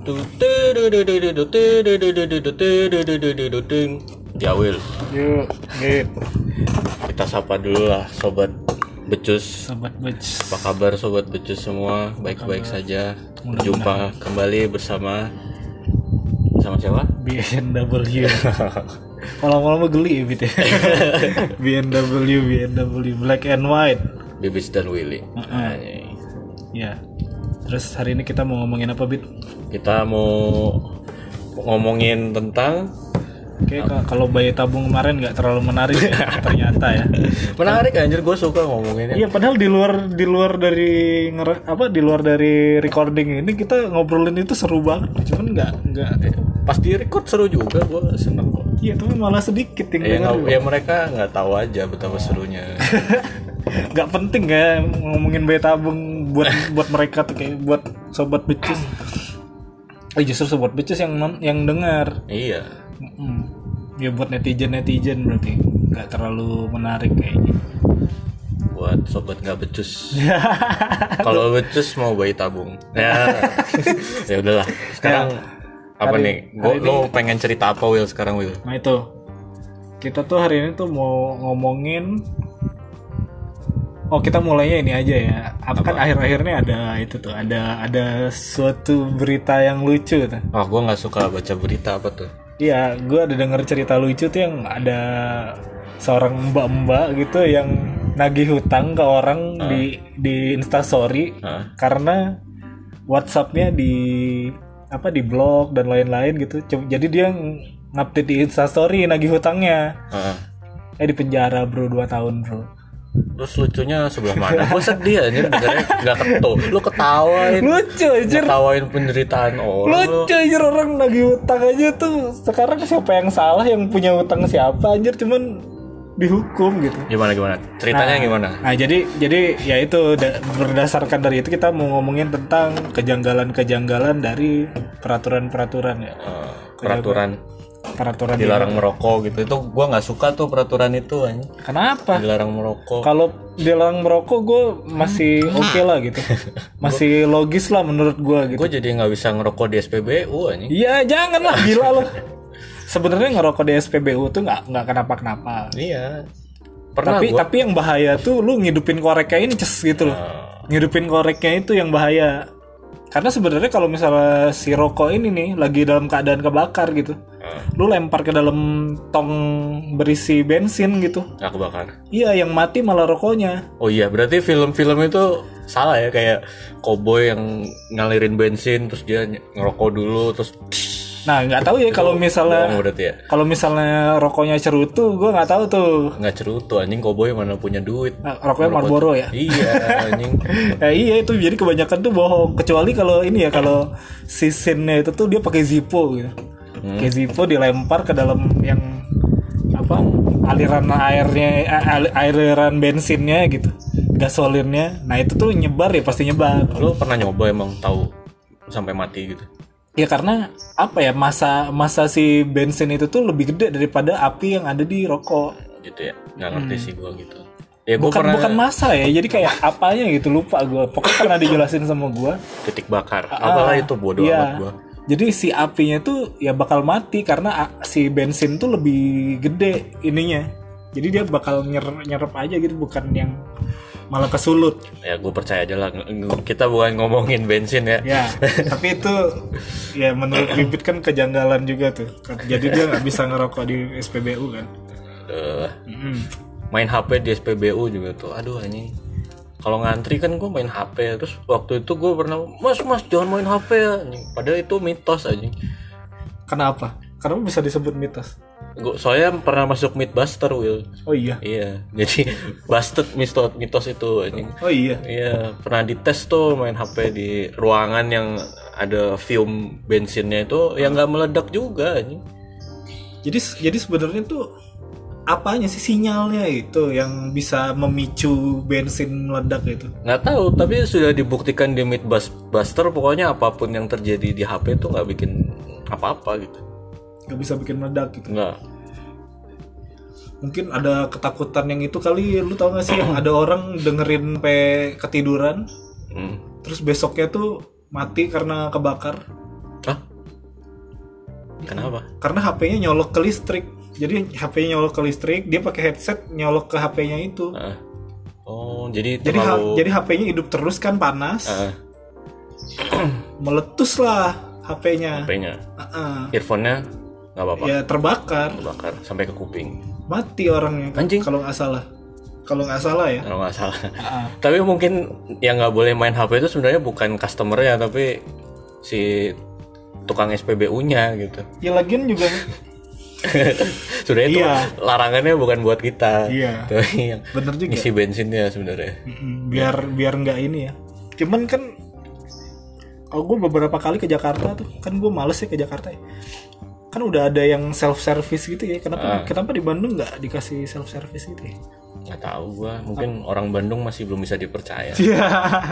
Ya Will, Yuk, Git. kita sapa dulu lah sobat becus. Sobat Becus. Apa kabar sobat becus semua? Baik-baik saja. Berjumpa kembali bersama siapa? BMW. Lama-lama geli ya Bit ya. BMW Black and White. Bibis dan Willy. Ya. Terus hari ini kita mau ngomongin apa Bit? Kita mau ngomongin tentang Kalau bayi tabung kemarin nggak terlalu menarik ya, ternyata ya. menarik anjir, gue suka ngomonginnya. Iya, padahal di luar dari recording ini kita ngobrolin itu seru banget. Cuman nggak. Pas di record seru juga, gue seneng kok. Iya, tapi malah sedikit yang denger. Ya mereka nggak tahu aja betapa serunya. Nggak penting ya ngomongin bayi tabung buat mereka tuh, kayak buat sobat becus. Justru sobat becus yang dengar. Iya. Ya buat netizen berarti nggak terlalu menarik kayaknya. Buat sobat nggak becus. Kalau becus mau bayi tabung. Ya udahlah. Sekarang apa nih? Lo pengen cerita apa Will sekarang Will? Nah itu kita tuh hari ini tuh mau ngomongin. Kita mulainya ini aja ya. Kan akhir-akhirnya ada suatu berita yang lucu tuh. Gue nggak suka baca berita apa tuh. Iya, gue ada denger cerita lucu tuh yang ada seorang mbak-mbak gitu yang nagih hutang ke orang di Instastory karena WhatsApp-nya di blok dan lain-lain gitu. Jadi dia ngupdate di Instastory nagih hutangnya. Di penjara bro 2 tahun bro. Terus lucunya sebelah mana? Gue sedih aja dengarnya, nggak lu ketawain. Lucu aja. Ketawain penderitaan orang. Lucu aja, orang nagih hutang aja tuh. Sekarang siapa yang salah, yang punya hutang siapa anjir, cuman dihukum gitu. Gimana? Ceritanya gimana? Nah, jadi ya itu berdasarkan dari itu kita mau ngomongin tentang kejanggalan dari peraturan-peraturan ya. Peraturan dilarang merokok gitu. Itu gue nggak suka tuh peraturan itu anjing. Kenapa? Dilarang merokok. Kalau dilarang merokok gue masih oke lah gitu. Masih logis lah menurut gue gitu. Gue jadi nggak bisa ngerokok di SPBU anjing. Iya, janganlah, gila loh. Sebenarnya ngerokok di SPBU tuh nggak kenapa-kenapa. Iya. Tapi yang bahaya tuh lu ngidupin koreknya ini gitu loh. Ngidupin koreknya itu yang bahaya. Karena sebenarnya kalau misalnya si rokok ini nih lagi dalam keadaan kebakar gitu, lu lempar ke dalam tong berisi bensin gitu, nggak kebakar. Iya, yang mati malah rokoknya. Oh iya, berarti film-film itu salah ya, kayak koboi yang ngalirin bensin terus dia ngerokok dulu terus. Nah, nggak tahu ya kalau misalnya rokoknya cerutu, gue nggak tahu tuh. Nggak cerutu anjing, koboi mana punya duit. Nah, rokoknya Marlboro ya. Iya anjing. Iya itu jadi kebanyakan tuh bohong. Kecuali kalau ini ya, kalau si scene-nya itu tuh dia pakai Zippo gitu. Pakai Zippo dilempar ke dalam yang aliran airnya, aliran bensinnya gitu, gasolinnya. Nah itu tuh nyebar ya, pasti nyebar. Lo pernah nyoba emang tahu sampai mati gitu? Ya karena masa si bensin itu tuh lebih gede daripada api yang ada di rokok. Gitu ya, nggak ngerti sih gue gitu. Ya, bukan masa ya, jadi kayak apanya gitu, lupa gue. Pokoknya pernah dijelasin sama gue. Titik bakar, apalah itu, bodoh amat gue. Jadi si apinya tuh ya bakal mati karena si bensin tuh lebih gede ininya. Jadi dia bakal nyerap aja gitu, bukan yang malah kesulut. Ya gue percaya aja lah, kita bukan ngomongin bensin ya. Ya, tapi itu ya menurut Bibit kan kejanggalan juga tuh. Jadi dia nggak bisa ngerokok di SPBU kan. Main HP di SPBU juga tuh, aduh anjing. Kalau ngantri kan gue main HP, terus waktu itu gue pernah, mas jangan main HP anjing. Padahal itu mitos anjing. Kenapa? Karena bisa disebut mitos. Soalnya pernah masuk Mythbuster Will. Oh iya. Iya, jadi busted mitos itu anjing. Oh iya. Iya, pernah dites tuh main HP di ruangan yang ada fume bensinnya itu yang nggak meledak juga anjing. Jadi sebenarnya tuh apanya sih sinyalnya itu yang bisa memicu bensin meledak itu? Nggak tahu, tapi sudah dibuktikan di Mythbuster pokoknya apapun yang terjadi di HP itu nggak bikin apa-apa gitu. Nggak bisa bikin meledak gitu? Nggak. Mungkin ada ketakutan yang itu kali. Lu tau gak sih yang ada orang dengerin sampai ketiduran, terus besoknya tuh mati karena kebakar. Hah? Kenapa? Karena HP-nya nyolok ke listrik. Jadi HP-nya nyolok ke listrik, dia pakai headset nyolok ke HP-nya itu. Oh, jadi terlalu... jadi HP-nya hidup terus kan, panas. Meletus lah HP-nya. Earphone-nya nggak apa-apa. Ya terbakar sampai ke kuping. Mati orangnya. Anjing. Kalau nggak salah ya. Tapi mungkin yang nggak boleh main HP itu sebenarnya bukan customer-nya, tapi si tukang SPBU-nya gitu. Ya lagian juga sebenarnya itu larangannya bukan buat kita. Iya. Tapi yang bener juga. Ngisi bensinnya sebenarnya. Biar nggak ini ya. Cuman kan kalau gue beberapa kali ke Jakarta tuh, kan gue males ya ke Jakarta ya. Kan udah ada yang self service gitu ya. Kenapa di Bandung nggak dikasih self service gitu ya? Nggak tahu gue. Mungkin orang Bandung masih belum bisa dipercaya. Iya.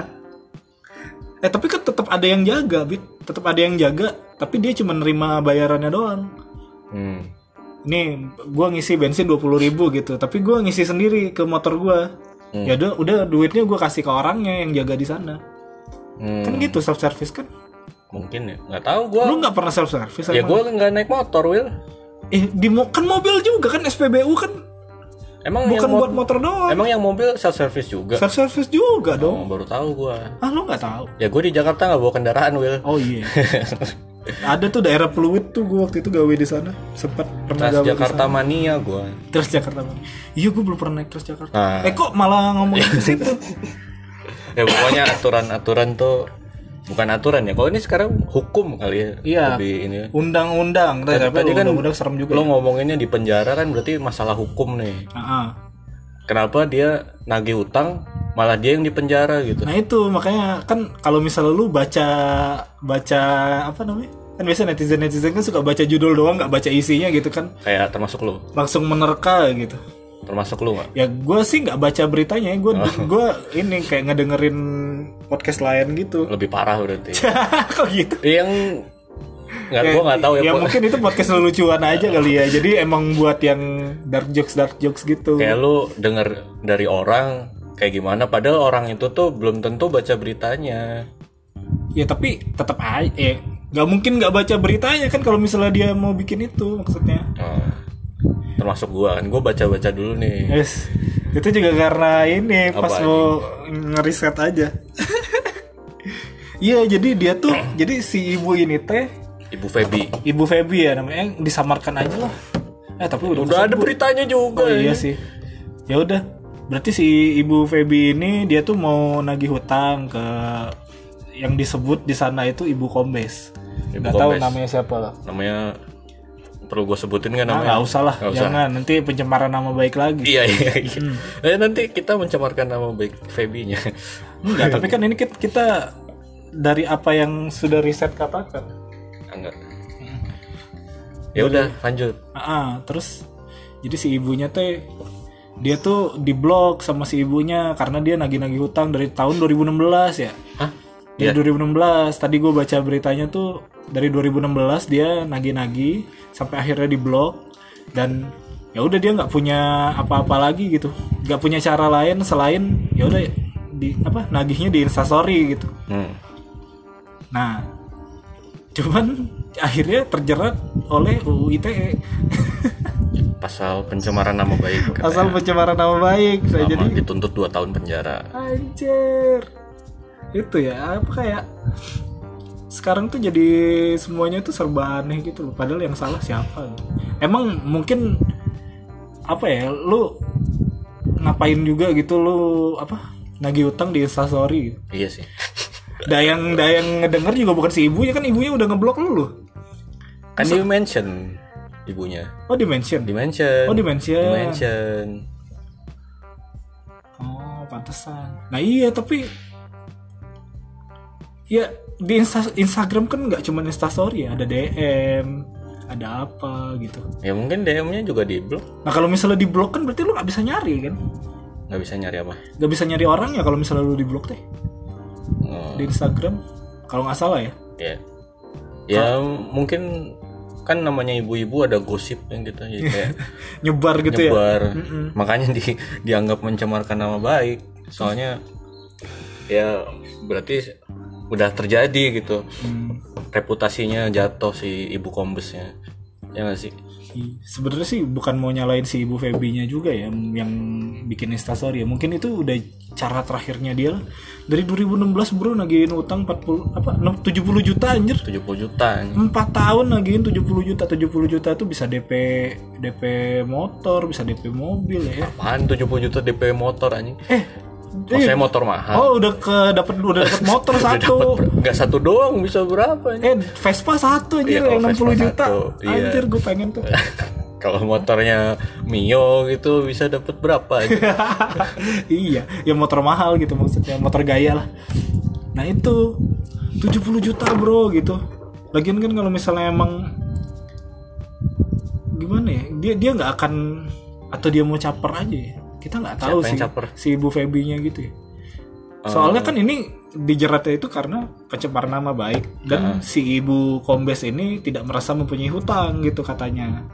Tapi kan tetap ada yang jaga, tetap ada yang jaga. Tapi dia cuma nerima bayarannya doang. Nih, gue ngisi bensin 20.000 gitu, tapi gue ngisi sendiri ke motor gue. Ya udah duitnya gue kasih ke orangnya yang jaga di sana. Kan gitu self service kan? Mungkin ya, nggak tahu gue. Lu nggak pernah self service? Ya gue nggak naik motor, Will. Kan mobil juga kan, SPBU kan. Emang bukan buat motor doang. Emang yang mobil self service juga? Self service juga dong. Baru tahu gue. Lu nggak tahu? Ya gue di Jakarta nggak bawa kendaraan, Will. Oh iya. Ada tuh daerah Pluit tuh, gue waktu itu gawe di sana. Sempat pernah gawe di sana. Jakarta mania gue. Terus Jakarta mania. Iya, gue belum pernah naik Terus Jakarta. Kok malah ngomongin ke situ? Ya pokoknya aturan tuh bukan aturan ya. Kalau ini sekarang hukum kali ya. Iya. Lebih ini. Undang-undang. Tadi kan undang-undang serem juga. Lo ngomonginnya di penjara kan berarti masalah hukum nih. Kenapa dia nagih utang malah dia yang di penjara gitu? Nah itu makanya kan kalau misalnya lu baca apa namanya? Kan biasa netizen kan suka baca judul doang, nggak baca isinya gitu kan? Kayak termasuk lu? Langsung menerka gitu. Termasuk lu nggak? Ya gue sih nggak baca beritanya, gue ini kayak ngedengerin podcast lain gitu. Lebih parah berarti. Kok gitu? Yang gue nggak tahu ya. Ya mungkin itu podcast lelucuan aja kali ya. Jadi emang buat yang dark jokes gitu. Kayak lu denger dari orang kayak gimana, padahal orang itu tuh belum tentu baca beritanya. Ya tapi tetap aja. Nggak mungkin nggak baca beritanya kan kalau misalnya dia mau bikin itu maksudnya. Termasuk gua kan, gua baca dulu nih. Yes. Itu juga karena ini pas mau ngeriset aja. Iya, jadi dia tuh, jadi si ibu ini teh, Ibu Feby ya namanya, disamarkan aja lah. Tapi udah ada beritanya juga. Oh iya sih. Ya udah, berarti si Ibu Feby ini dia tuh mau nagih hutang ke yang disebut di sana itu Ibu Kombes. Nggak tahu namanya siapa lah. Namanya perlu gue sebutin nggak namanya? Nggak usah lah, jangan nanti pencemaran nama baik lagi. Iya. Nanti kita mencemarkan nama baik Feby-nya. Enggak, tapi kan ini kita dari apa yang sudah riset katakan. Enggak. Ya udah, lanjut. Terus jadi si ibunya teh dia tuh diblok sama si ibunya karena dia nagih-nagih hutang dari tahun 2016 ya. Hah? Dari 2016. Tadi gue baca beritanya tuh dari 2016 dia nagih-nagih sampai akhirnya diblok, dan ya udah dia nggak punya apa-apa lagi gitu, nggak punya cara lain selain ya udah nagihnya di Instastory gitu. Nah, cuman akhirnya terjerat oleh UU ITE. Pasal pencemaran nama baik. Pasal pencemaran nama baik. Jadi dituntut 2 tahun penjara. Anjir. Itu ya, apa kayak sekarang tuh jadi semuanya tuh serba aneh gitu loh. Padahal yang salah siapa? Emang mungkin apa ya, lu ngapain juga gitu, lu nagih utang di Instastory gitu. Iya sih. Dayang ngedenger juga bukan si ibunya, kan ibunya udah ngeblok lu. Kan di mention ibunya. Oh, di mention. Oh, pantesan. Nah iya, tapi ya di Instagram kan nggak cuma Instastory ya, ada DM, ada apa gitu. Ya mungkin DM-nya juga di-blok. Nah kalau misalnya di-blok kan berarti lu nggak bisa nyari kan? Nggak bisa nyari apa? Nggak bisa nyari orangnya kalau misalnya lu di-blok teh. Di Instagram kalau nggak salah ya. Ya mungkin kan namanya ibu-ibu ada gosip yang gitu ya, kayak nyebar gitu ya. Makanya dianggap mencemarkan nama baik. Soalnya ya berarti udah terjadi gitu. Reputasinya jatuh si Ibu Kombesnya. Ya nggak sih? Sebenarnya sih bukan mau nyalain si Ibu Feby-nya juga ya yang bikin instastory ya. Mungkin itu udah cara terakhirnya dia lah. Dari 2016 bro nagihin utang 70 juta anjir. 70 juta. 4 tahun nagihin 70 juta. 70 juta tuh bisa DP motor, bisa DP mobil ya. Apaan 70 juta DP motor anjing? Maksudnya motor mahal. Oh, udah dapat motor satu. Enggak satu doang, bisa berapa nih? Vespa satu aja yang 60 juta. Anjir, gue pengen tuh. Kalau motornya Mio gitu bisa dapat berapa aja? Iya, ya motor mahal gitu maksudnya, motor gaya lah. Nah, itu 70 juta, bro, gitu. Lagian kan kalau misalnya emang gimana ya? Dia enggak akan, atau dia mau caper aja ya. Kita nggak tahu sih si Ibu Feby-nya gitu ya. Soalnya kan ini dijeratnya itu karena pencemaran nama baik dan si Ibu Kombes ini tidak merasa mempunyai hutang gitu katanya.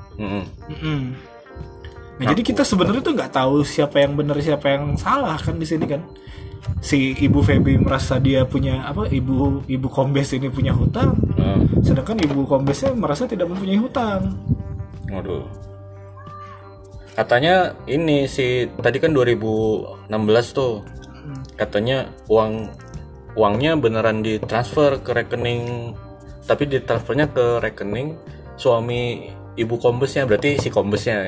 Nah jadi kita sebenarnya tuh nggak tahu siapa yang benar siapa yang salah kan di sini kan. Si Ibu Feby merasa dia punya Ibu Kombes ini punya hutang, sedangkan Ibu Kombesnya merasa tidak mempunyai hutang. Waduh. Katanya ini sih tadi kan 2016 tuh. Katanya uangnya beneran ditransfer ke rekening, tapi ditransfernya ke rekening suami Ibu Kombesnya, berarti si Kombesnya.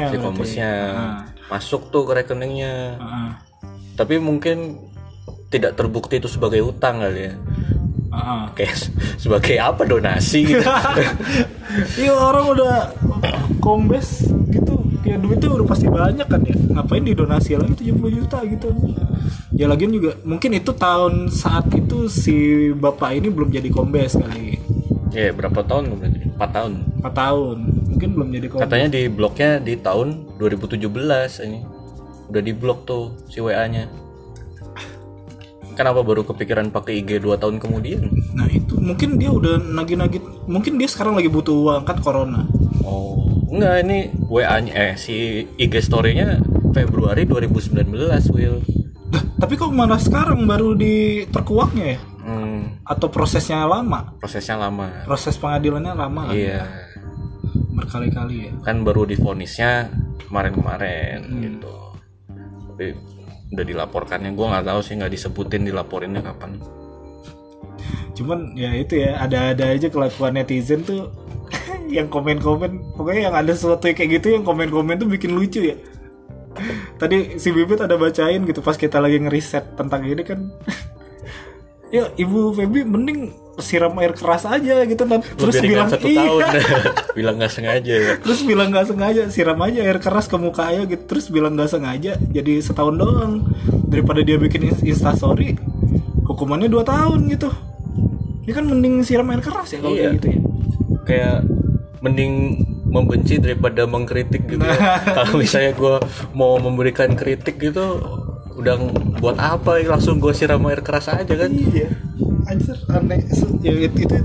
Masuk tuh ke rekeningnya. Tapi mungkin tidak terbukti itu sebagai utang kali ya. Kayak sebagai apa, donasi gitu. Iya, orang udah Kombes gitu ya, duitnya udah pasti banyak kan ya, ngapain didonasi lagi 70 juta gitu ya. Lagian juga mungkin itu tahun saat itu si bapak ini belum jadi Kombes kali ya. Berapa tahun berarti? 4 tahun mungkin belum jadi Kombes. Katanya di bloknya di tahun 2017 ini udah di blok tuh si WA nya. Kenapa baru kepikiran pakai IG 2 tahun kemudian? Nah itu mungkin dia udah nagih-nagih, mungkin dia sekarang lagi butuh uang kan, corona. Oh enggak, ini WA-nya si IG story-nya Februari 2019 Will. Tapi kok malah sekarang baru terkuaknya ya? Atau prosesnya lama? Proses pengadilannya lama kan? Iya. Berkali-kali ya. Kan baru divonisnya kemarin gitu. Tapi udah dilaporkannya, gue nggak tahu sih, nggak disebutin dilaporinnya kapan. Cuman ya itu ya, ada aja kelakuan netizen tuh yang komen-komen, pokoknya yang ada sesuatu kayak gitu yang komen-komen tuh bikin lucu ya. Tadi si Bibit ada bacain gitu pas kita lagi ngeriset tentang ini kan. Ya Ibu Feby mending siram air keras aja gitu kan. Terus bilang 1 tahun. Bilang nggak sengaja ya. Terus bilang nggak sengaja, siram aja air keras ke muka aja gitu. Terus bilang nggak sengaja, jadi 1 tahun doang. Daripada dia bikin instastory, hukumannya 2 tahun gitu. Ini kan mending siram air keras ya kalau kayak gitu ya. Kayak mending membenci daripada mengkritik gitu ya. Kalau misalnya gue mau memberikan kritik gitu, udah buat apa ya, langsung gue siram air keras aja kan. Iya anjir, aneh ya,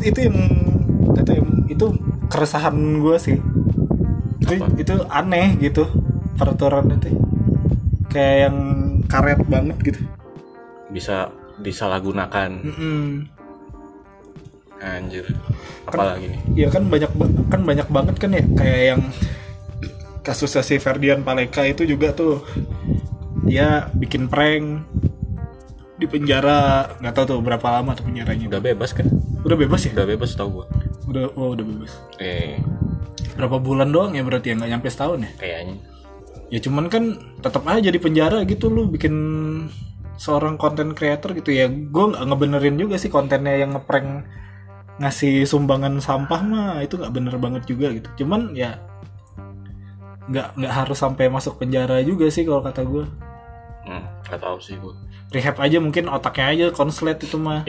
itu keresahan gue sih. Itu aneh gitu peraturan itu, kayak yang karet banget gitu, bisa disalahgunakan. Anjir, apalagi nih? Iya kan banyak banget kan ya, kayak yang kasusnya si Ferdian Paleka itu juga tuh, dia bikin prank di penjara, nggak tahu tuh berapa lama tuh penjaranya. Udah bebas kan? Udah bebas ya? Udah bebas tau gua. Udah bebas. Berapa bulan doang ya berarti ya, nggak nyampe setahun ya? Kayaknya. Ya cuman kan tetap aja di penjara gitu, lu bikin seorang content creator gitu ya. Gue nggak ngebenerin juga sih kontennya yang ngeprank ngasih sumbangan sampah mah, itu nggak bener banget juga gitu. Cuman ya nggak harus sampai masuk penjara juga sih kalau kata gue. Nggak tahu sih gue. Rehab aja mungkin, otaknya aja konslet itu mah.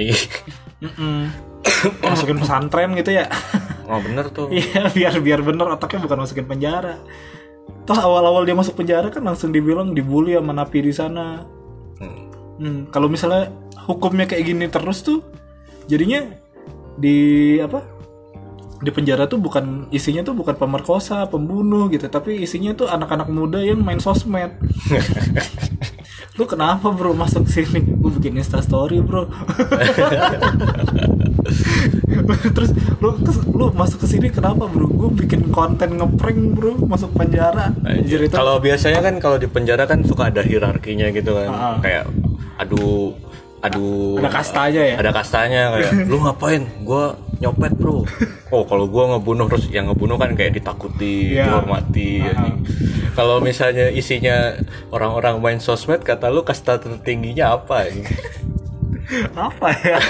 Masukin pesantren gitu ya. Oh bener tuh. Iya biar bener otaknya, bukan masukin penjara. Toh awal-awal dia masuk penjara kan langsung dibilang dibully sama napi di sana. Kalau misalnya hukumnya kayak gini terus tuh, jadinya di penjara tuh bukan isinya tuh bukan pemerkosa, pembunuh gitu, tapi isinya tuh anak-anak muda yang main sosmed. Lu kenapa bro masuk sini? Gue bikin instastory bro. Terus lu masuk ke sini kenapa bro? Gue bikin konten ngeprank bro, masuk penjara. Kalau biasanya kan kalau di penjara kan suka ada hierarkinya gitu kan. Kayak adu ada kastanya ya. Ada kastanya kayak lu ngapain? Gua nyopet bro. Oh kalau gua ngebunuh, terus yang ngebunuh kan kayak ditakuti, dihormati. Kalau misalnya isinya orang-orang main sosmed, kata lu kasta tertingginya apa ya? Apa ya?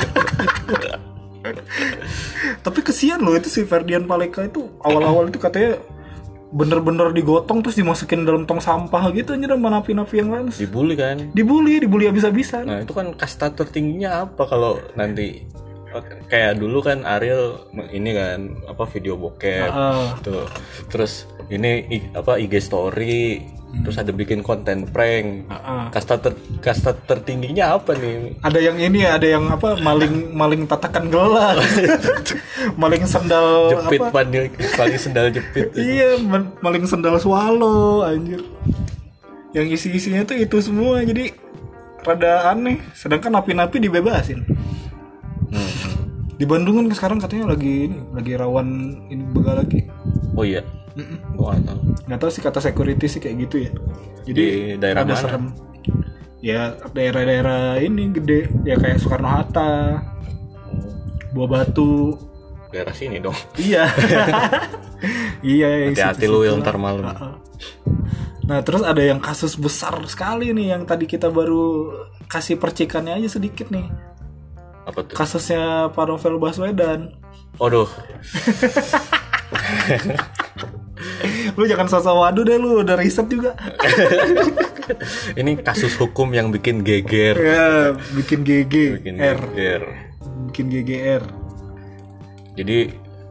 Tapi kesian loh itu si Ferdian Paleka itu awal-awal itu katanya bener-bener digotong terus dimasukin dalam tong sampah gitu aja sama napi-napi yang lain. Dibully kan? Dibully habis-habisan. Nah itu kan kasta tertingginya apa kalau nanti kayak dulu kan Ariel ini kan apa video bokep tuh, terus ini IG story, terus ada bikin konten prank. Kasta tertingginya apa nih? Ada yang ini, ada yang apa maling tatakan gelas, maling sendal jepit, paling sendal jepit. Iya, maling sendal swallow anjir. Yang isi-isinya tuh itu semua, jadi rada aneh. Sedangkan napi-napi dibebasin. Di Bandung kan sekarang katanya lagi rawan ini begal lagi. Oh iya. Gua nggak tahu sih, kata security sih kayak gitu ya. Jadi di daerah ada mana? Serem. Ya daerah-daerah ini gede ya, kayak Soekarno Hatta, Buah Batu. Daerah sini dong. Iya. Iya. Hati-hati lu yang ntar malam. Nah terus ada yang kasus besar sekali nih yang tadi kita baru kasih percikannya aja sedikit nih. Apa tuh? Kasusnya Pak Novel Baswedan. Waduh. Lu jangan sosok waduh deh, lu udah riset juga. Ini kasus hukum yang bikin geger. Ya, bikin GGR. Bikin GGR. Jadi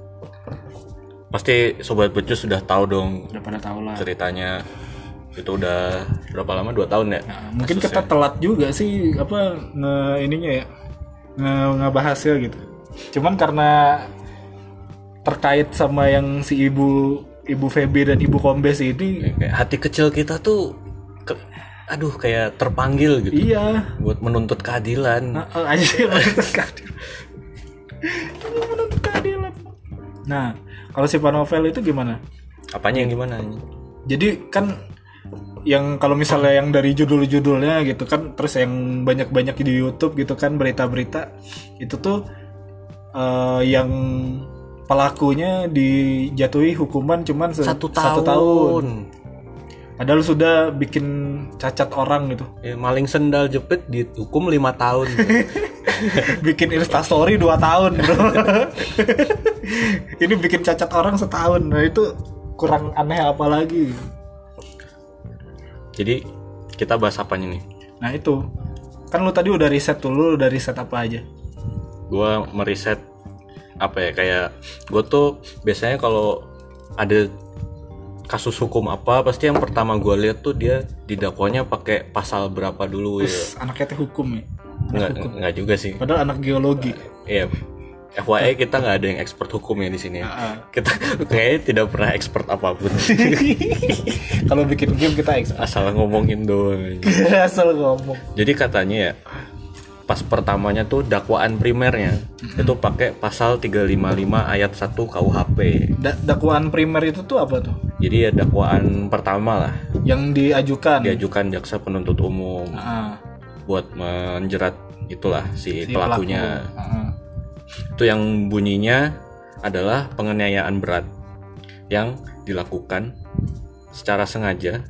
pasti Sobat Becus sudah tahu dong. Udah pada tahu lah ceritanya. Itu udah berapa lama? 2 tahun ya? Nah, mungkin kita telat juga sih ininya ya. Ngebahasnya gitu. Cuman karena terkait sama yang si Ibu Feby dan Ibu Kombes ini, kayak hati kecil kita tuh kayak terpanggil gitu. Iya. Buat menuntut keadilan. Menuntut keadilan. Nah, kalau si Pak Novel itu gimana? Apanya yang gimana? Jadi kan yang kalau misalnya yang dari judul-judulnya gitu kan, terus yang banyak-banyak di YouTube gitu kan, berita-berita itu tuh yang pelakunya dijatuhi hukuman cuman 1 tahun. Padahal sudah bikin cacat orang gitu. Ya, maling sendal jepit dihukum 5 tahun. Bikin Instastory 2 tahun bro. Ini bikin cacat orang 1 tahun. Nah itu kurang aneh apa lagi? Jadi kita bahas apanya nih? Nah itu kan lu tadi udah riset tuh, lu udah riset apa aja? Gua meriset apa ya, kayak gue tuh biasanya kalau ada kasus hukum apa, pasti yang pertama gue lihat tuh dia didakwanya pakai pasal berapa dulu ya. Anaknya teh hukum ya? Enggak juga sih. Padahal anak geologi. Iya. FYI kita nggak ada yang expert hukum ya di sini. Kita kayaknya tidak pernah expert apapun. Kalau bikin game kita expert. Asal ngomongin doang. Asal ngomong. Jadi katanya ya, pas pertamanya tuh dakwaan primernya itu pakai pasal 355 ayat 1 KUHP. Dakwaan primer itu tuh apa tuh? Jadi ya dakwaan pertama lah yang diajukan jaksa penuntut umum buat menjerat itulah si pelakunya. Itu yang bunyinya adalah penganiayaan berat yang dilakukan secara sengaja,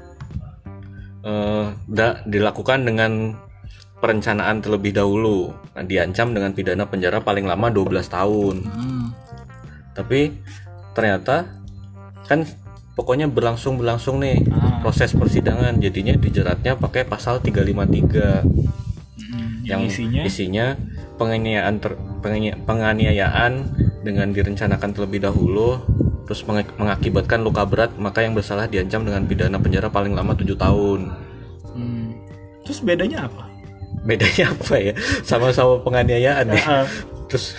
dilakukan dengan perencanaan terlebih dahulu. Nah, diancam dengan pidana penjara paling lama 12 tahun. Tapi ternyata kan pokoknya berlangsung nih proses persidangan, jadinya dijeratnya pakai pasal 353 yang isinya penganiayaan dengan direncanakan terlebih dahulu terus mengakibatkan luka berat, maka yang bersalah diancam dengan pidana penjara paling lama 7 tahun. Terus bedanya apa? Bedanya apa ya? Sama-sama penganiayaan ya. Terus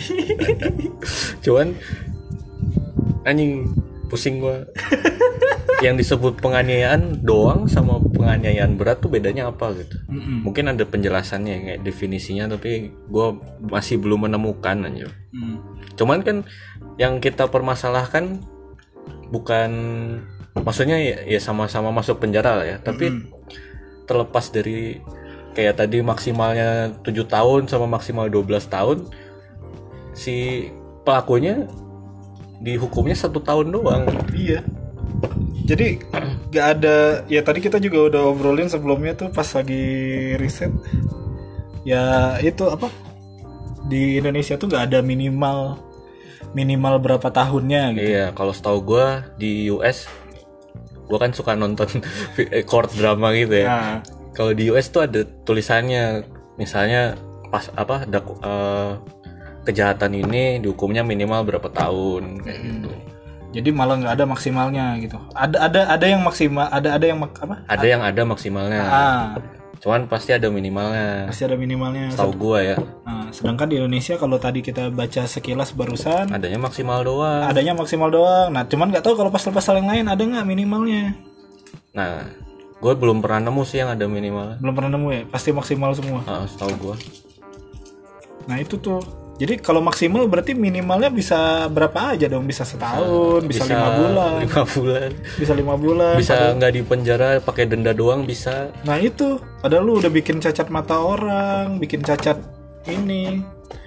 cuman anjing pusing gua. yang disebut penganiayaan doang sama penganiayaan berat tuh bedanya apa gitu. Mungkin ada penjelasannya kayak definisinya, tapi gue masih belum menemukan aja. Cuman kan yang kita permasalahkan bukan, maksudnya ya sama-sama masuk penjara lah ya, tapi terlepas dari kayak tadi maksimalnya 7 tahun sama maksimal 12 tahun, si pelakunya dihukumnya 1 tahun doang. Iya. Jadi gak ada, ya tadi kita juga udah obrolin sebelumnya tuh pas lagi riset. Ya itu apa? Di Indonesia tuh gak ada minimal berapa tahunnya gitu. Iya, kalau setahu gue di US, gue kan suka nonton court drama gitu ya. Nah. Kalau di US tuh ada tulisannya, misalnya pas apa kejahatan ini dihukumnya minimal berapa tahun kayak gitu. Jadi malah nggak ada maksimalnya gitu. Ada yang maksimal, ada yang apa? Ada yang ada maksimalnya. Cuman pasti ada minimalnya. Pasti ada minimalnya. Tahu gua ya. Nah, sedangkan di Indonesia kalau tadi kita baca sekilas barusan, adanya maksimal doang. Adanya maksimal doang. Nah, cuman nggak tahu kalau pasal-pasal yang lain ada nggak minimalnya. Nah, gue belum pernah nemu sih yang ada minimalnya. Belum pernah nemu ya. Pasti maksimal semua. Setahu gua. Nah itu tuh. Jadi kalau maksimal berarti minimalnya bisa berapa aja dong? Bisa setahun, bisa 5 bulan. 5 bulan. Bisa 5 bulan. Bisa nggak di penjara, pakai denda doang bisa. Nah itu, padahal lu udah bikin cacat mata orang, bikin cacat ini.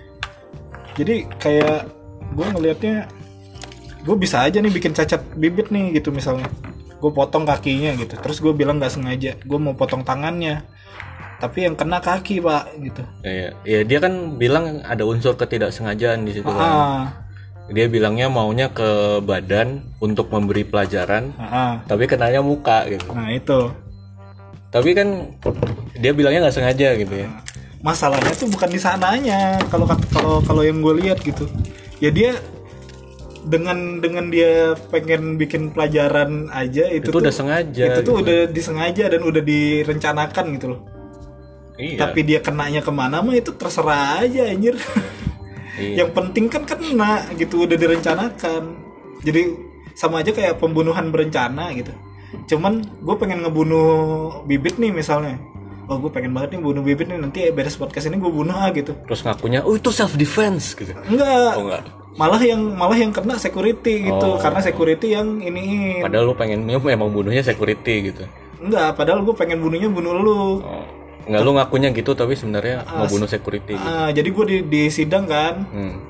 Jadi kayak gue ngelihatnya, gue bisa aja nih bikin cacat bibit nih gitu misalnya. Gue potong kakinya gitu, terus gue bilang nggak sengaja, gue mau potong tangannya. Tapi yang kena kaki pak gitu. Iya, dia kan bilang ada unsur ketidaksengajaan di situ kan. Dia bilangnya maunya ke badan untuk memberi pelajaran, tapi kenanya muka gitu. Nah itu. Tapi kan dia bilangnya nggak sengaja gitu ya. Masalahnya tuh bukan di sananya. Kalau yang gue lihat gitu, ya dia dengan dia pengen bikin pelajaran aja itu tuh udah sengaja. Itu tuh udah disengaja dan udah direncanakan gitu loh. Iya. Tapi dia kenanya kemana mah itu terserah aja anjir. Iya. Yang penting kan kena gitu, udah direncanakan. Jadi sama aja kayak pembunuhan berencana gitu. Cuman gue pengen ngebunuh bibit nih misalnya. Oh gue pengen banget nih bunuh bibit nih, nanti beres podcast ini gue bunuh gitu. Terus ngakunya, itu self defense gitu. Enggak. Oh enggak. Malah yang kena security gitu, karena security yang ini. Padahal lu pengen memang bunuhnya security gitu. Enggak, padahal gue pengen bunuh lu. Enggak, lu ngakunya gitu tapi sebenarnya mau bunuh security gitu. Jadi gue di sidang kan.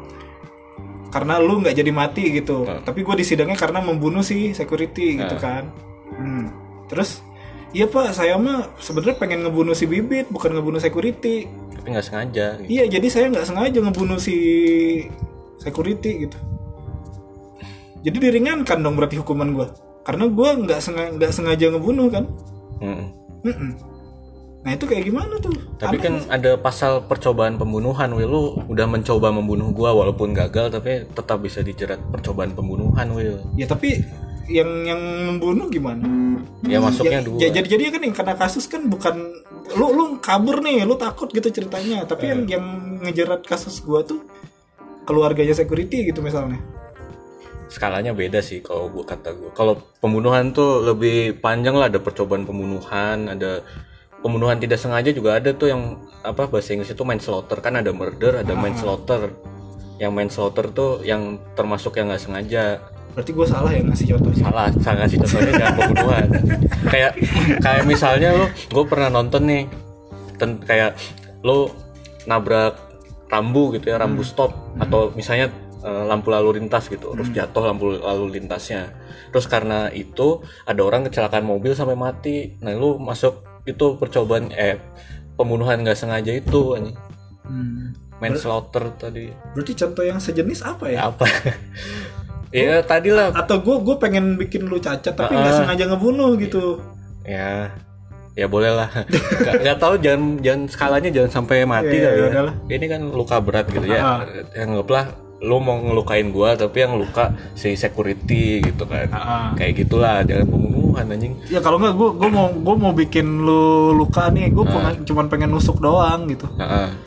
Karena lu nggak jadi mati gitu. Tapi gue di sidangnya karena membunuh si security gitu kan. Terus iya pak, saya mah sebenarnya pengen ngebunuh si bibit, bukan ngebunuh security. Tapi nggak sengaja gitu. Iya, jadi saya nggak sengaja ngebunuh si security gitu. Jadi diringankan dong berarti hukuman gue. Karena gue nggak sengaja ngebunuh kan. Nah itu kayak gimana tuh? Tapi kan ada pasal percobaan pembunuhan, Will. Lu udah mencoba membunuh gua walaupun gagal, tapi tetap bisa dijerat percobaan pembunuhan, Will. Ya tapi yang membunuh gimana? Ya masuknya dua. Jadi kan yang kena kasus kan bukan lu kabur nih, lu takut gitu ceritanya. Tapi yang ngejerat kasus gua tuh keluarganya security gitu misalnya. Skalanya beda sih kalau gua kata gua. Kalau pembunuhan tuh lebih panjang lah, ada percobaan pembunuhan, ada pembunuhan tidak sengaja juga ada tuh yang apa bahasa Inggris itu manslaughter, kan ada murder, ada manslaughter. Yang manslaughter tuh yang termasuk yang nggak sengaja. Berarti gue salah ya ngasih contohnya? Salah ngasih contohnya jangan pembunuhan. kayak misalnya gue pernah nonton nih, kayak lo nabrak rambu gitu ya, rambu stop atau misalnya lampu lalu lintas gitu, terus jatuh lampu lalu lintasnya. Terus karena itu ada orang kecelakaan mobil sampai mati. Nah lu masuk itu percobaan pembunuhan nggak sengaja itu anjing. Manslaughter tadi. Berarti contoh yang sejenis apa ya? Apa? Ya tadi lah. Atau gue pengen bikin lu cacat tapi nggak sengaja ngebunuh gitu. Ya boleh lah. Nggak tahu, jangan skalanya jangan sampai mati kali ya. Ini kan luka berat gitu ya. Anggaplah lu mau ngelukain gua tapi yang luka si security gitu kan. Kayak gitulah, jangan pembunuhan anjing. Ya kalau enggak gua mau bikin lu luka nih, gua cuman pengen nusuk doang gitu.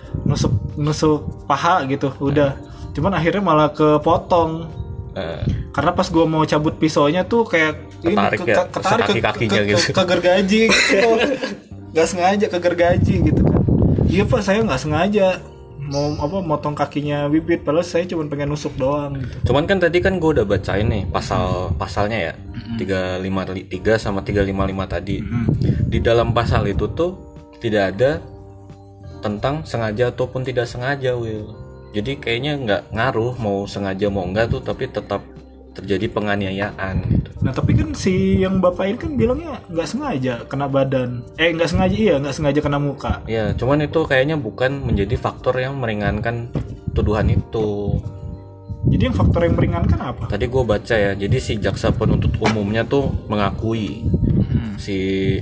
Nusuk paha gitu, udah. Cuman akhirnya malah kepotong. Karena pas gue mau cabut pisaunya tuh kayak ketarik kaki-kakinya gitu. Kegergaji gitu. Gak sengaja kegergaji gitu kan. Iya Pak, saya nggak sengaja mau motong kakinya Bibit, padahal saya cuma pengen nusuk doang gitu. Cuman kan tadi kan gue udah bacain nih pasalnya ya, 353 sama 355 tadi. Di dalam pasal itu tuh tidak ada tentang sengaja ataupun tidak sengaja, Will. Jadi kayaknya nggak ngaruh mau sengaja mau enggak tuh, tapi tetap terjadi penganiayaan gitu. Nah tapi kan si yang bapak ini kan bilangnya nggak sengaja kena badan, nggak sengaja kena muka. Ya, cuman itu kayaknya bukan menjadi faktor yang meringankan tuduhan itu. Jadi yang faktor yang meringankan apa? Tadi gue baca ya, jadi si jaksa penuntut umumnya tuh mengakui si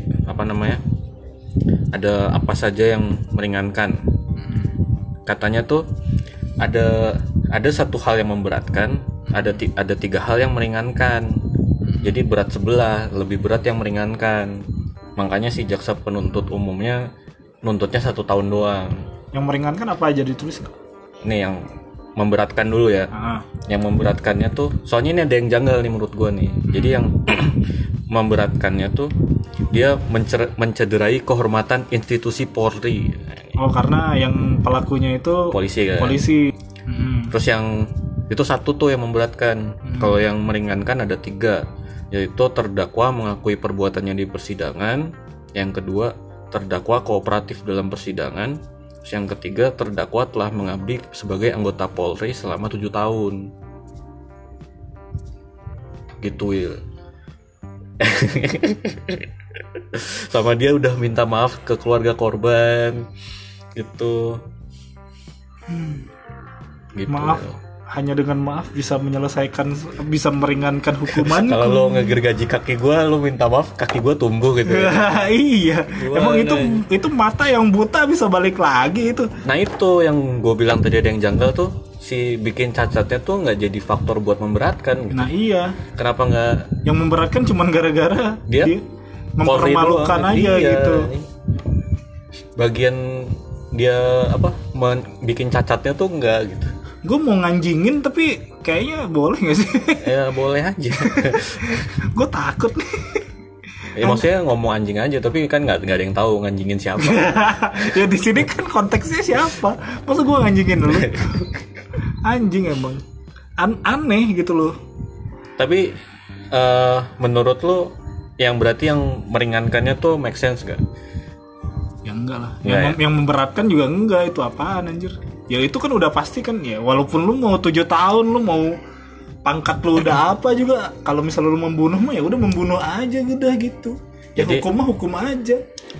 ada apa saja yang meringankan. Katanya tuh ada satu hal yang memberatkan, ada 3 hal yang meringankan. Jadi berat sebelah, lebih berat yang meringankan. Makanya si jaksa penuntut umumnya nuntutnya 1 tahun doang. Yang meringankan apa aja ditulis nggak? Nih yang memberatkan dulu ya. Yang memberatkannya tuh, soalnya ini ada yang janggal nih menurut gua nih. Jadi yang memberatkannya tuh dia mencederai kehormatan institusi Polri. Oh, karena yang pelakunya itu polisi kan. Terus yang itu 1 tuh yang memberatkan. Kalau yang meringankan ada 3, yaitu terdakwa mengakui perbuatannya di persidangan, yang kedua terdakwa kooperatif dalam persidangan, yang ketiga terdakwa telah mengabdi sebagai anggota Polri selama 7 tahun. Gitu, Will. Sama dia udah minta maaf ke keluarga korban gitu. Maaf, hanya dengan maaf bisa meringankan hukuman. Kalau lo ngegergaji kaki gue, lo minta maaf, kaki gue tumbuh gitu ya. Iya. Gimana? Emang itu mata yang buta bisa balik lagi itu. Nah itu yang gue bilang tadi ada yang janggal tuh, si bikin cacatnya tuh nggak jadi faktor buat memberatkan gitu. Nah iya. Kenapa nggak? Yang memberatkan cuman gara-gara dia mempermalukan aja gitu. Bagian dia bikin cacatnya tuh nggak gitu. Gue mau nganjingin tapi kayaknya boleh gak sih? Ya boleh aja. Gue takut nih. Ya maksudnya ngomong anjing aja, tapi kan nggak ada yang tahu nganjingin siapa. Ya di sini kan konteksnya siapa? Masa gue nganjingin dulu? Anjing emang aneh gitu loh. Tapi menurut lo yang berarti yang meringankannya tuh make sense gak? Ya enggak lah. Yang memberatkan juga enggak, itu apaan anjir? Ya itu kan udah pasti kan ya, walaupun lu mau 7 tahun, lu mau pangkat lu udah apa juga, kalau misalnya lu membunuh mah ya udah membunuh aja udah gitu. Ya jadi, hukum aja.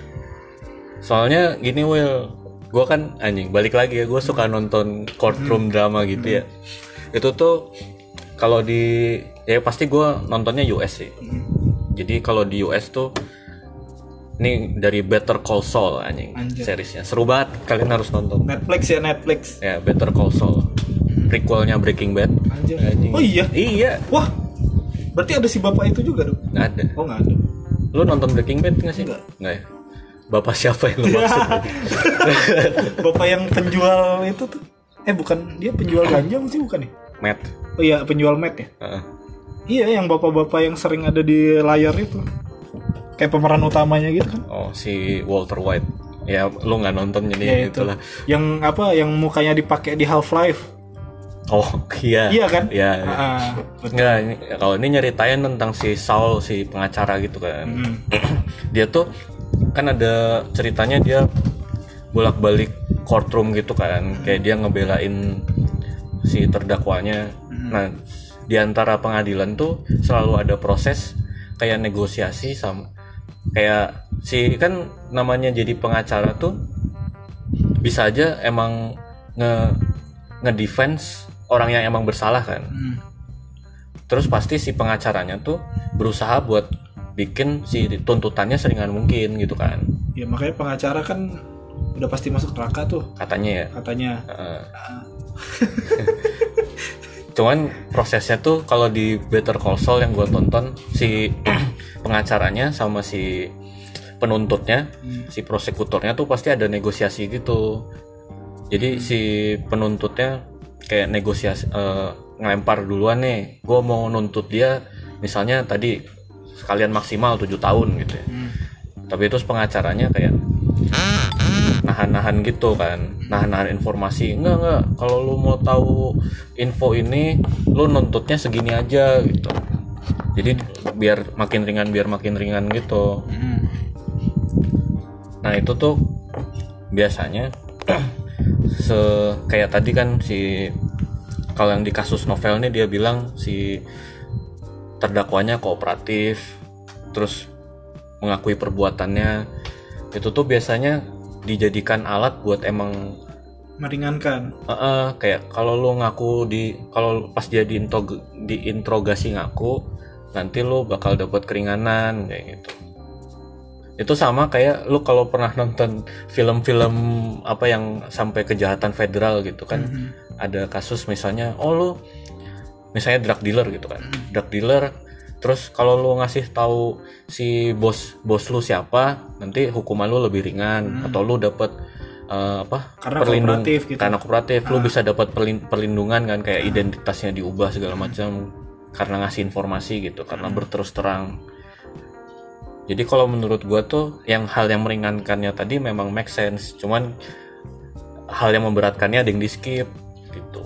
Soalnya gini, Will, gue kan balik lagi ya, gue suka nonton courtroom drama gitu ya. Itu tuh kalau ya pasti gue nontonnya US sih. Jadi kalau di US tuh ini dari Better Call Saul seriesnya seru banget, kalian harus nonton. Netflix ya, Better Call Saul, prequelnya Breaking Bad. Oh iya. Wah, berarti ada si bapak itu juga dong? Nggak ada. Oh nggak ada. Lu nonton Breaking Bad nggak sih? Nggak ya. Bapak siapa yang lu maksud? Bapak yang penjual itu tuh? Bukan, dia penjual ganja sih bukan nih? Matt. Oh iya, penjual Matt ya. Iya, yang bapak-bapak yang sering ada di layar itu. Kayak pemeran utamanya gitu kan. Oh, si Walter White. Ya, lu nggak nonton jadi ya, itulah. Yang mukanya dipakai di Half-Life. Oh, iya. Iya kan? Iya. Enggak, kalau ini nyeritain tentang si Saul, si pengacara gitu kan. Dia tuh kan ada ceritanya dia bolak-balik courtroom gitu kan. Kayak dia ngebelain si terdakwanya. Nah, di antara pengadilan tuh selalu ada proses kayak negosiasi sama kayak si kan namanya jadi pengacara tuh bisa aja emang nge-defense orang yang emang bersalah kan. Terus pasti si pengacaranya tuh berusaha buat bikin si tuntutannya seringan mungkin gitu kan. Ya makanya pengacara kan udah pasti masuk neraka tuh katanya ya. Cuman prosesnya tuh kalau di Better Call Saul yang gue tonton, si pengacaranya sama si penuntutnya, si prosekutornya tuh pasti ada negosiasi gitu. Jadi si penuntutnya kayak negosiasi ngelempar duluan nih, gue mau nuntut dia misalnya tadi sekalian maksimal 7 tahun gitu ya. Tapi terus pengacaranya kayak nahan-nahan gitu kan, nahan-nahan informasi. Enggak, kalau lu mau tahu info ini lu nuntutnya segini aja gitu. Jadi biar makin ringan gitu. Nah itu tuh biasanya kayak tadi kan kalau yang di kasus novel nih dia bilang si terdakwanya kooperatif, terus mengakui perbuatannya. Itu tuh biasanya dijadikan alat buat emang meringankan. Kayak kalau lu ngaku kalau pas dia diinterogasi ngaku, nanti lu bakal dapat keringanan kayak gitu. Itu sama kayak lu kalau pernah nonton film-film apa yang sampai kejahatan federal gitu kan. Ada kasus misalnya lu misalnya drug dealer gitu kan. Drug dealer, terus kalau lu ngasih tahu si bos lu siapa, nanti hukuman lu lebih ringan. Atau lu dapat karena kooperatif lu bisa dapat perlindungan kan, kayak identitasnya diubah segala macam karena ngasih informasi gitu, karena berterus terang. Jadi kalau menurut gua tuh hal yang meringankannya tadi memang make sense, cuman hal yang memberatkannya ada yang di skip gitu,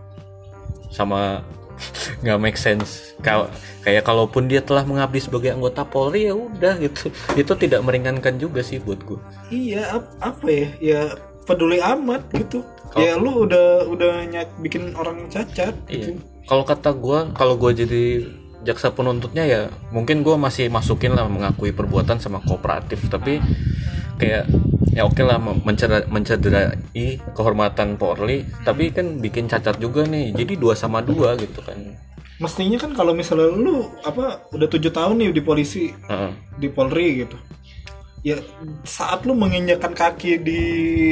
sama nggak make sense. Kayak kalaupun dia telah mengabdi sebagai anggota Polri ya udah gitu, itu tidak meringankan juga sih buat gua. Iya, apa ya peduli amat gitu. Ya lu udah bikin orang cacat gitu. Iya. Kalau kata gua, kalau gua jadi jaksa penuntutnya ya mungkin gue masih masukin lah mengakui perbuatan sama kooperatif, tapi kayak ya oke lah mencederai kehormatan Polri, tapi kan bikin cacat juga nih, jadi 2 sama 2 gitu kan. Mestinya kan kalau misalnya lu udah 7 tahun nih di polisi, di Polri gitu, ya saat lu menginjakkan kaki di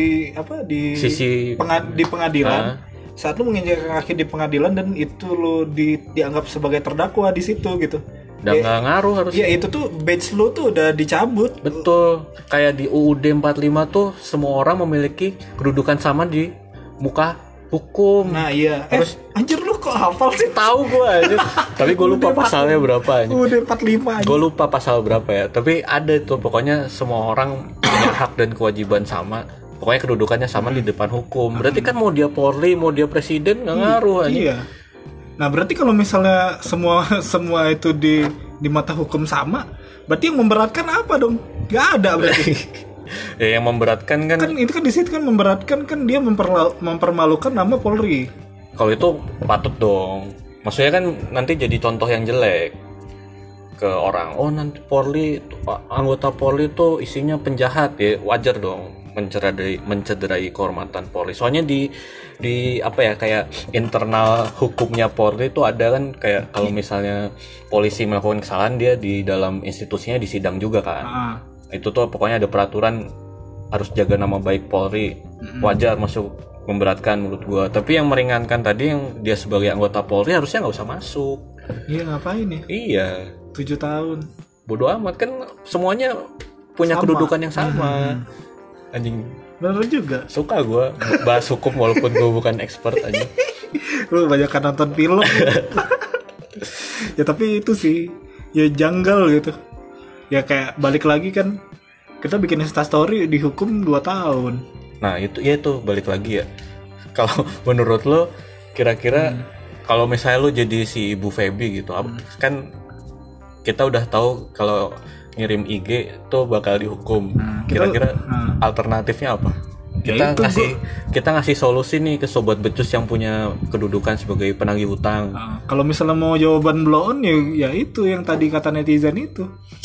sisi di pengadilan, saat lu menginjakkan kaki di pengadilan dan itu lu dianggap sebagai terdakwa di situ gitu, udah nggak ngaruh harus. Ya itu tuh badge lu tuh udah dicabut. Betul, kayak di UUD 45 tuh semua orang memiliki kedudukan sama di muka hukum. Nah iya, harus anjir lu kok hafal sih? Tahu gue aja. Tapi gue lupa pasalnya berapa aja. UUD 45 aja. Gue lupa pasal berapa ya, tapi ada tuh pokoknya semua orang punya hak dan kewajiban sama. Pokoknya kedudukannya sama di depan hukum. Berarti kan mau dia Polri, mau dia presiden nggak ngaruh aja. Iya. Nah berarti kalau misalnya semua itu di mata hukum sama, berarti yang memberatkan apa dong? Gak ada berarti. Ya yang memberatkan kan itu kan di situ kan memberatkan kan dia mempermalukan nama Polri. Kalau itu patut dong. Maksudnya kan nanti jadi contoh yang jelek ke orang. Oh nanti Polri, anggota Polri tuh isinya penjahat ya, wajar dong mencederai kehormatan Polri. Soalnya di kayak internal hukumnya Polri itu ada kan, kayak kalau misalnya polisi melakukan kesalahan dia di dalam institusinya disidang juga kan. Itu tuh pokoknya ada peraturan harus jaga nama baik Polri. Wajar masuk memberatkan menurut gua. Tapi yang meringankan tadi yang dia sebagai anggota Polri harusnya nggak usah masuk. Iya ngapain ya? Iya. 7 tahun. Bodoh amat kan, semuanya punya kedudukan yang sama. Anjing. Bener juga. Suka gue bahas hukum walaupun gue bukan expert aja. Lu banyak kan nonton film. Ya tapi itu sih ya janggal gitu. Ya kayak balik lagi kan, kita bikin Instastory dihukum 2 tahun. Nah itu balik lagi ya. Kalau menurut lo kira-kira kalau misalnya lo jadi si Ibu Feby gitu, kan kita udah tahu kalau ngirim IG tuh bakal dihukum. Kira-kira alternatifnya apa? Kita ngasih solusi nih ke sobat becus yang punya kedudukan sebagai penagih hutang. Kalau misalnya mau jawaban blow on ya itu yang tadi kata netizen itu.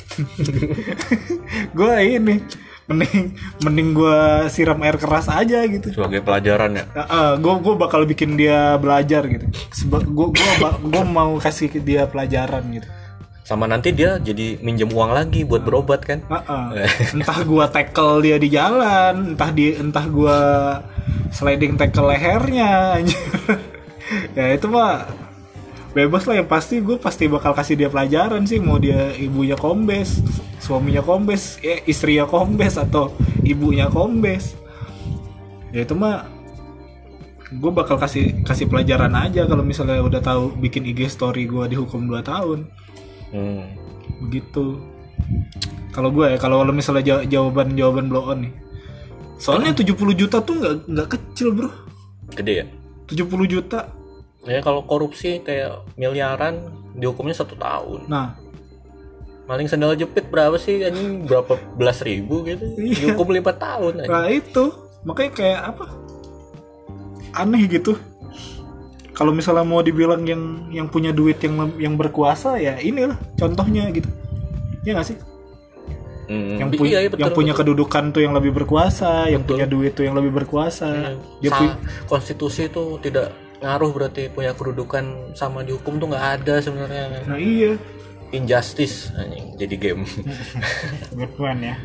Gue ini mending gue siram air keras aja gitu sebagai pelajaran ya. Gue bakal bikin dia belajar gitu. Gue mau kasih dia pelajaran gitu. Sama nanti dia jadi minjem uang lagi buat berobat kan. Entah gua tackle dia di jalan, entah gua sliding tackle lehernya. Ya itu mah bebas lah, yang pasti gue pasti bakal kasih dia pelajaran sih, mau dia ibunya kombes, suaminya kombes, istrinya kombes atau ibunya kombes. Ya itu mah gue bakal kasih pelajaran aja kalau misalnya udah tahu bikin IG story gue dihukum 2 tahun. Begitu. Kalau gue ya, kalau misalnya jawaban blow on nih. Soalnya 70 juta tuh nggak kecil, bro. Gede ya? 70 juta. Ya kalau korupsi kayak miliaran dihukumnya 1 tahun. Nah, maling sandal jepit berapa sih? Anjing berapa belas ribu gitu. Dihukum 5 tahun anjing. Nah itu, makanya kayak apa? Aneh gitu. Kalau misalnya mau dibilang yang punya duit yang berkuasa ya inilah contohnya gitu. Ya nggak sih? Yang punya kedudukan tuh yang lebih berkuasa, yang punya duit tuh yang lebih berkuasa. Konstitusi tuh tidak ngaruh berarti punya kedudukan sama dihukum tuh nggak ada sebenarnya. Nah iya. Injustice anjing jadi game. Batman ya.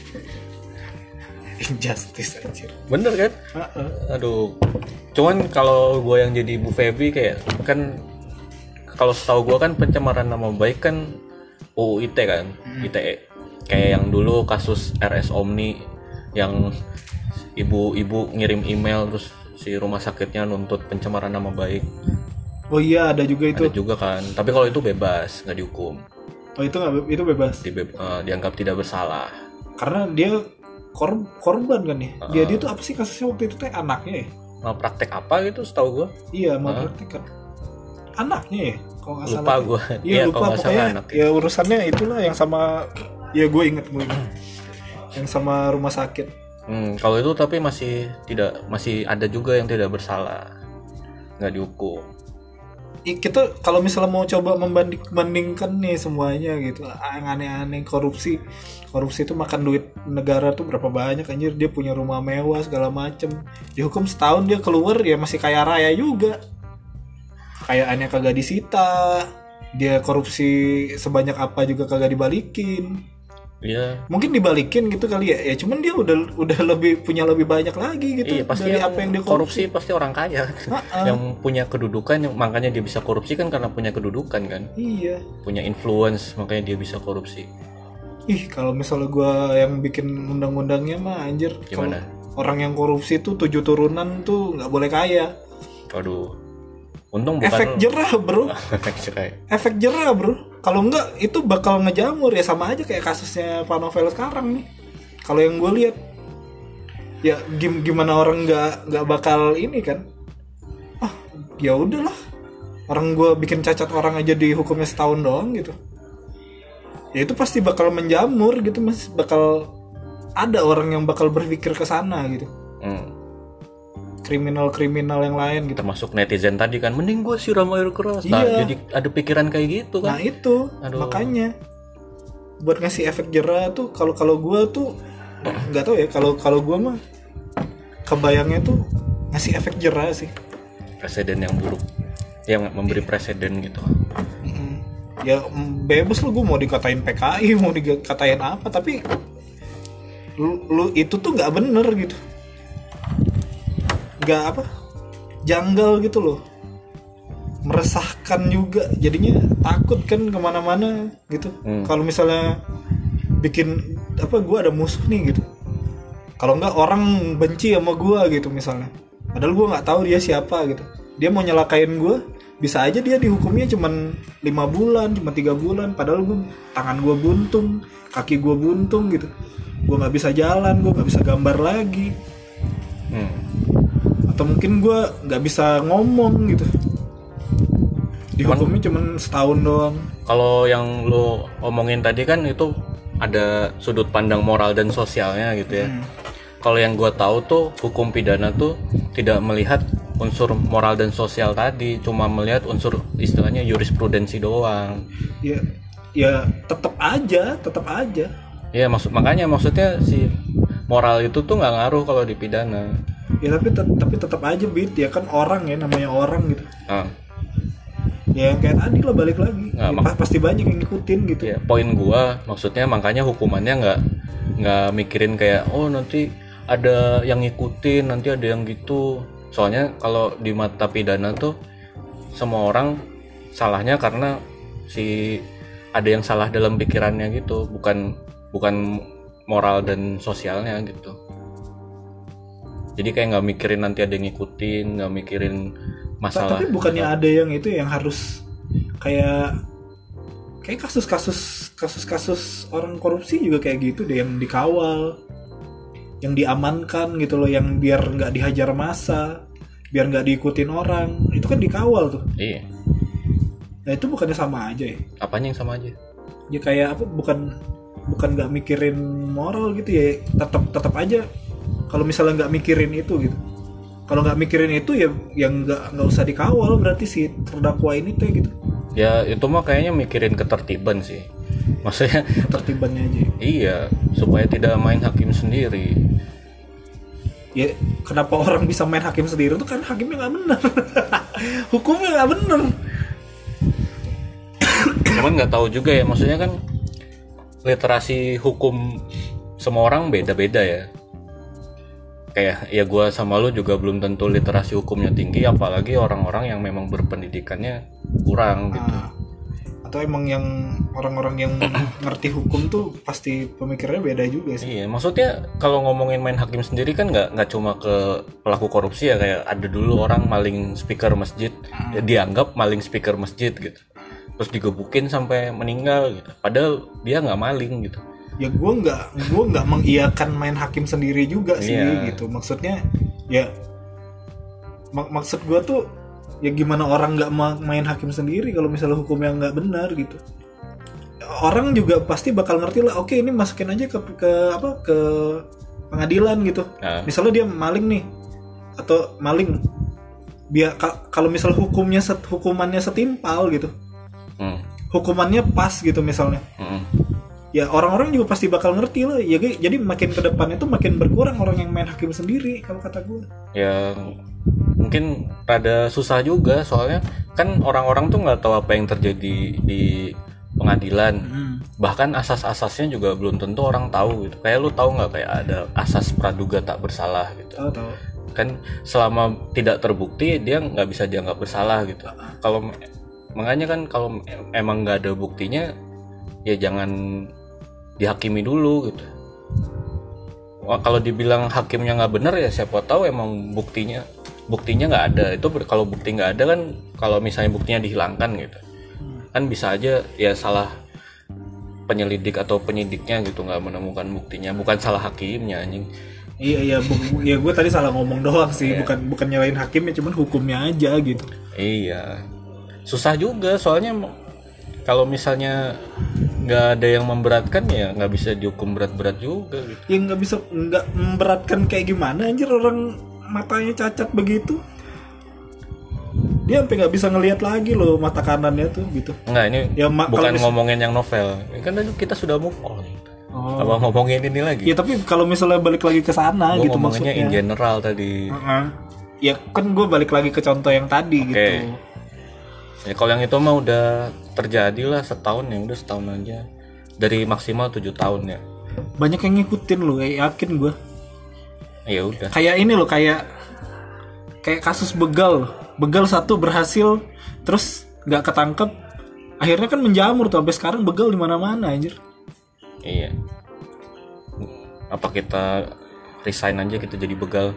Injustice anjir. Bener kan? Aduh. Cuman kalau gue yang jadi Bu Feby kayak kan kalau setahu gue kan pencemaran nama baik kan UU ITE kan, ITE. Kayak yang dulu kasus RS Omni yang ibu-ibu ngirim email terus si rumah sakitnya nuntut pencemaran nama baik. Oh iya ada juga itu. Ada juga kan. Tapi kalau itu bebas, nggak dihukum. Oh itu bebas. Dianggap tidak bersalah. Karena dia korban kan ya. Dia tuh apa sih kasusnya waktu itu teh anaknya ya? Mau praktek apa gitu setahu gue? Iya mau praktek kan. Anaknya ya? Kalau nggak salah. Lupa gue. Iya lupa pokoknya. Ya urusannya itulah yang sama. Ya gue inget. Yang sama rumah sakit. Kalau itu tapi masih ada juga yang tidak bersalah, nggak dihukum. Kita kalau misalnya mau coba membandingkan nih semuanya gitu, yang aneh-aneh korupsi itu makan duit negara tuh berapa banyak anjir. Dia punya rumah mewah segala macem, dihukum setahun dia keluar ya masih kaya raya juga, kekayaannya kagak disita. Dia korupsi sebanyak apa juga kagak dibalikin. Iya. Mungkin dibalikin gitu kali ya. Ya cuman dia udah punya lebih banyak lagi gitu. Iya, pasti dari yang apa yang dia korupsi pasti orang kaya. Yang punya kedudukan makanya dia bisa korupsi kan karena punya kedudukan kan. Iya. Punya influence makanya dia bisa korupsi. Kalau misalnya gue yang bikin undang-undangnya mah anjir. Gimana? Orang yang korupsi tuh 7 turunan tuh nggak boleh kaya. Waduh. Untung bukan efek jerah, bro. Efek jerah, bro. Kalau enggak itu bakal ngejamur ya, sama aja kayak kasusnya Pak Novel sekarang nih. Kalau yang gue lihat ya gimana orang nggak bakal ini kan. Ya udahlah. Orang gue bikin cacat orang aja dihukumnya setahun doang gitu. Ya itu pasti bakal menjamur gitu, Mas. Bakal ada orang yang bakal berpikir ke sana gitu. Kriminal yang lain gitu. Termasuk netizen tadi kan, mending gue siram air keras. Nah, jadi ada pikiran kayak gitu kan. Nah itu. Makanya buat ngasih efek jerah tuh kalau gue tuh nggak tahu ya, kalau gue mah kebayangnya tuh ngasih efek jerah sih. Presiden yang buruk, yang memberi presiden gitu. Ya bebas lu, gue mau dikatain PKI, mau dikatain apa, tapi lu itu tuh nggak bener gitu, nggak apa, janggal gitu loh, meresahkan juga, jadinya takut kan kemana-mana gitu. Kalau misalnya bikin apa, gue ada musuh nih gitu, kalau nggak orang benci sama gue gitu misalnya, padahal gue nggak tahu dia siapa gitu, dia mau nyelakain gue, bisa aja dia dihukumnya cuman 5 bulan, cuma 3 bulan, padahal tangan gue buntung, kaki gue buntung gitu, gue nggak bisa jalan, gue nggak bisa gambar lagi, atau mungkin gue nggak bisa ngomong gitu, dihukumnya cuman setahun doang. Kalau yang lo omongin tadi kan itu ada sudut pandang moral dan sosialnya gitu ya. Kalau yang gue tahu tuh hukum pidana tuh tidak melihat unsur moral dan sosial tadi, cuma melihat unsur istilahnya jurisprudensi doang. Ya tetap aja. Ya makanya maksudnya si moral itu tuh nggak ngaruh kalau di pidana. Ya tapi tetap aja ya kan orang ya, namanya orang gitu. Ya yang kayak tadi lah, balik lagi. Pasti banyak yang ngikutin gitu. Ya poin gua maksudnya makanya hukumannya nggak mikirin kayak nanti ada yang ngikutin, nanti ada yang gitu. Soalnya kalau di mata pidana tuh semua orang salahnya karena ada yang salah dalam pikirannya gitu, bukan moral dan sosialnya gitu. Jadi kayak nggak mikirin nanti ada yang ngikutin, nggak mikirin masalah. Tapi bukannya ada yang itu yang harus kayak kasus-kasus orang korupsi juga kayak gitu deh, yang dikawal, yang diamankan gitu loh, yang biar nggak dihajar massa, biar nggak diikutin orang, itu kan dikawal tuh. Iya. Nah itu bukannya sama aja ya? Apanya yang sama aja? Ya kayak apa? Bukan nggak mikirin moral gitu ya? Tetap aja. Kalau misalnya nggak mikirin itu gitu. Kalau nggak mikirin itu ya yang nggak usah dikawal berarti si terdakwa ini tuh gitu. Ya itu mah kayaknya mikirin ketertiban sih. Maksudnya ketertibannya aja. Iya, supaya tidak main hakim sendiri. Ya kenapa orang bisa main hakim sendiri tuh kan hakimnya nggak benar. Hukumnya nggak benar. Cuman nggak tahu juga ya, maksudnya kan literasi hukum semua orang beda-beda ya. Kayak ya gue sama lu juga belum tentu literasi hukumnya tinggi, apalagi orang-orang yang memang berpendidikannya kurang gitu. Atau emang yang orang-orang yang ngerti hukum tuh pasti pemikirannya beda juga sih. Iya, maksudnya kalau ngomongin main hakim sendiri kan nggak cuma ke pelaku korupsi ya, kayak ada dulu orang maling speaker masjid, ya dianggap maling speaker masjid gitu, terus digebukin sampai meninggal gitu, padahal dia nggak maling gitu. Ya gue nggak mengiyakan main hakim sendiri juga sih gitu. Maksudnya ya maksud gue tuh ya gimana orang nggak main hakim sendiri kalau misalnya hukumnya nggak benar gitu. Orang juga pasti bakal ngerti lah. Oke, ini masukin aja ke pengadilan gitu. Misalnya dia maling nih atau maling, biar kalau misalnya hukumannya setimpal gitu, hukumannya pas gitu misalnya. Ya orang-orang juga pasti bakal ngerti lah ya, jadi makin ke depan itu makin berkurang orang yang main hakim sendiri kalau kata gue. Ya mungkin rada susah juga, soalnya kan orang-orang tuh nggak tahu apa yang terjadi di pengadilan. Bahkan asas-asasnya juga belum tentu orang tahu gitu. Kayak lu tahu nggak kayak ada asas praduga tak bersalah gitu. Tahu. Kan selama tidak terbukti dia nggak bisa dianggap bersalah gitu. Kalau makanya kan kalau emang nggak ada buktinya ya jangan dihakimi dulu gitu. Wah, kalau dibilang hakimnya nggak benar ya siapa tahu emang buktinya nggak ada. Itu kalau bukti nggak ada kan, kalau misalnya buktinya dihilangkan gitu kan bisa aja ya salah penyelidik atau penyidiknya gitu, nggak menemukan buktinya, bukan salah hakimnya anjing. Iya gue tadi salah ngomong doang sih. Bukan nyalain hakimnya, cuman hukumnya aja gitu. Iya, susah juga soalnya kalau misalnya nggak ada yang memberatkan ya nggak bisa dihukum berat-berat juga gitu. Ya nggak memberatkan kayak gimana anjir, orang matanya cacat begitu dia sampai nggak bisa ngelihat lagi loh mata kanannya tuh gitu. Enggak, ini ya, bukan ngomongin yang novel, kan kita sudah move on. Apa ngomongin ini lagi? Ya tapi kalau misalnya balik lagi ke sana gitu ngomongnya maksudnya in general tadi. Ya kan gue balik lagi ke contoh yang tadi gitu. Ya kalau yang itu mah udah terjadi lah setahun aja. Dari maksimal 7 tahun ya. Banyak yang ngikutin loh, yakin gue. Ya udah. Kayak ini loh, kayak kasus begal satu berhasil, terus nggak ketangkep, akhirnya kan menjamur tuh sampai sekarang begal di mana-mana anjir. Iya. Apa kita resign aja kita jadi begal?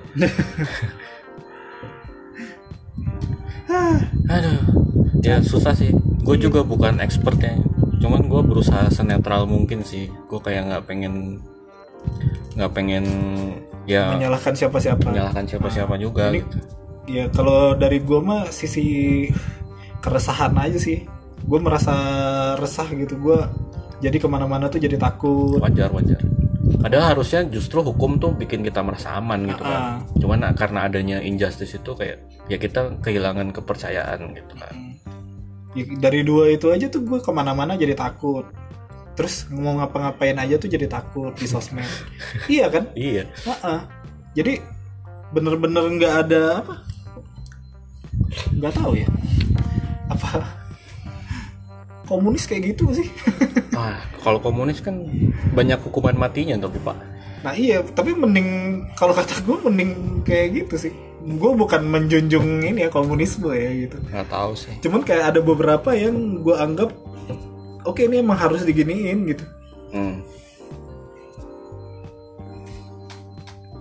Aduh. Ya susah sih. Gue juga bukan expertnya. Cuman gue berusaha senetral mungkin sih. Gue kayak nggak pengen ya menyalahkan siapa-siapa juga ini, gitu. Ya kalau dari gue mah sisi keresahan aja sih. Gue merasa resah gitu. Gue jadi kemana-mana tuh jadi takut. Wajar. Padahal harusnya justru hukum tuh bikin kita merasa aman gitu kan. Cuman karena adanya injustice itu kayak ya kita kehilangan kepercayaan gitu kan. Ya, dari dua itu aja tuh gue kemana-mana jadi takut. Terus mau ngapa-ngapain aja tuh jadi takut di sosmed. Iya kan? Iya. Jadi bener-bener nggak ada apa? Nggak tahu ya. Apa komunis kayak gitu sih? Kalau komunis kan banyak hukuman matinya tapi Pak. Nah iya, tapi mending kalau kata gue mending kayak gitu sih. Gue bukan menjunjung ini ya komunisme ya gitu. Nggak tahu sih. Cuman kayak ada beberapa yang gue anggap oke, ini emang harus diginiin gitu.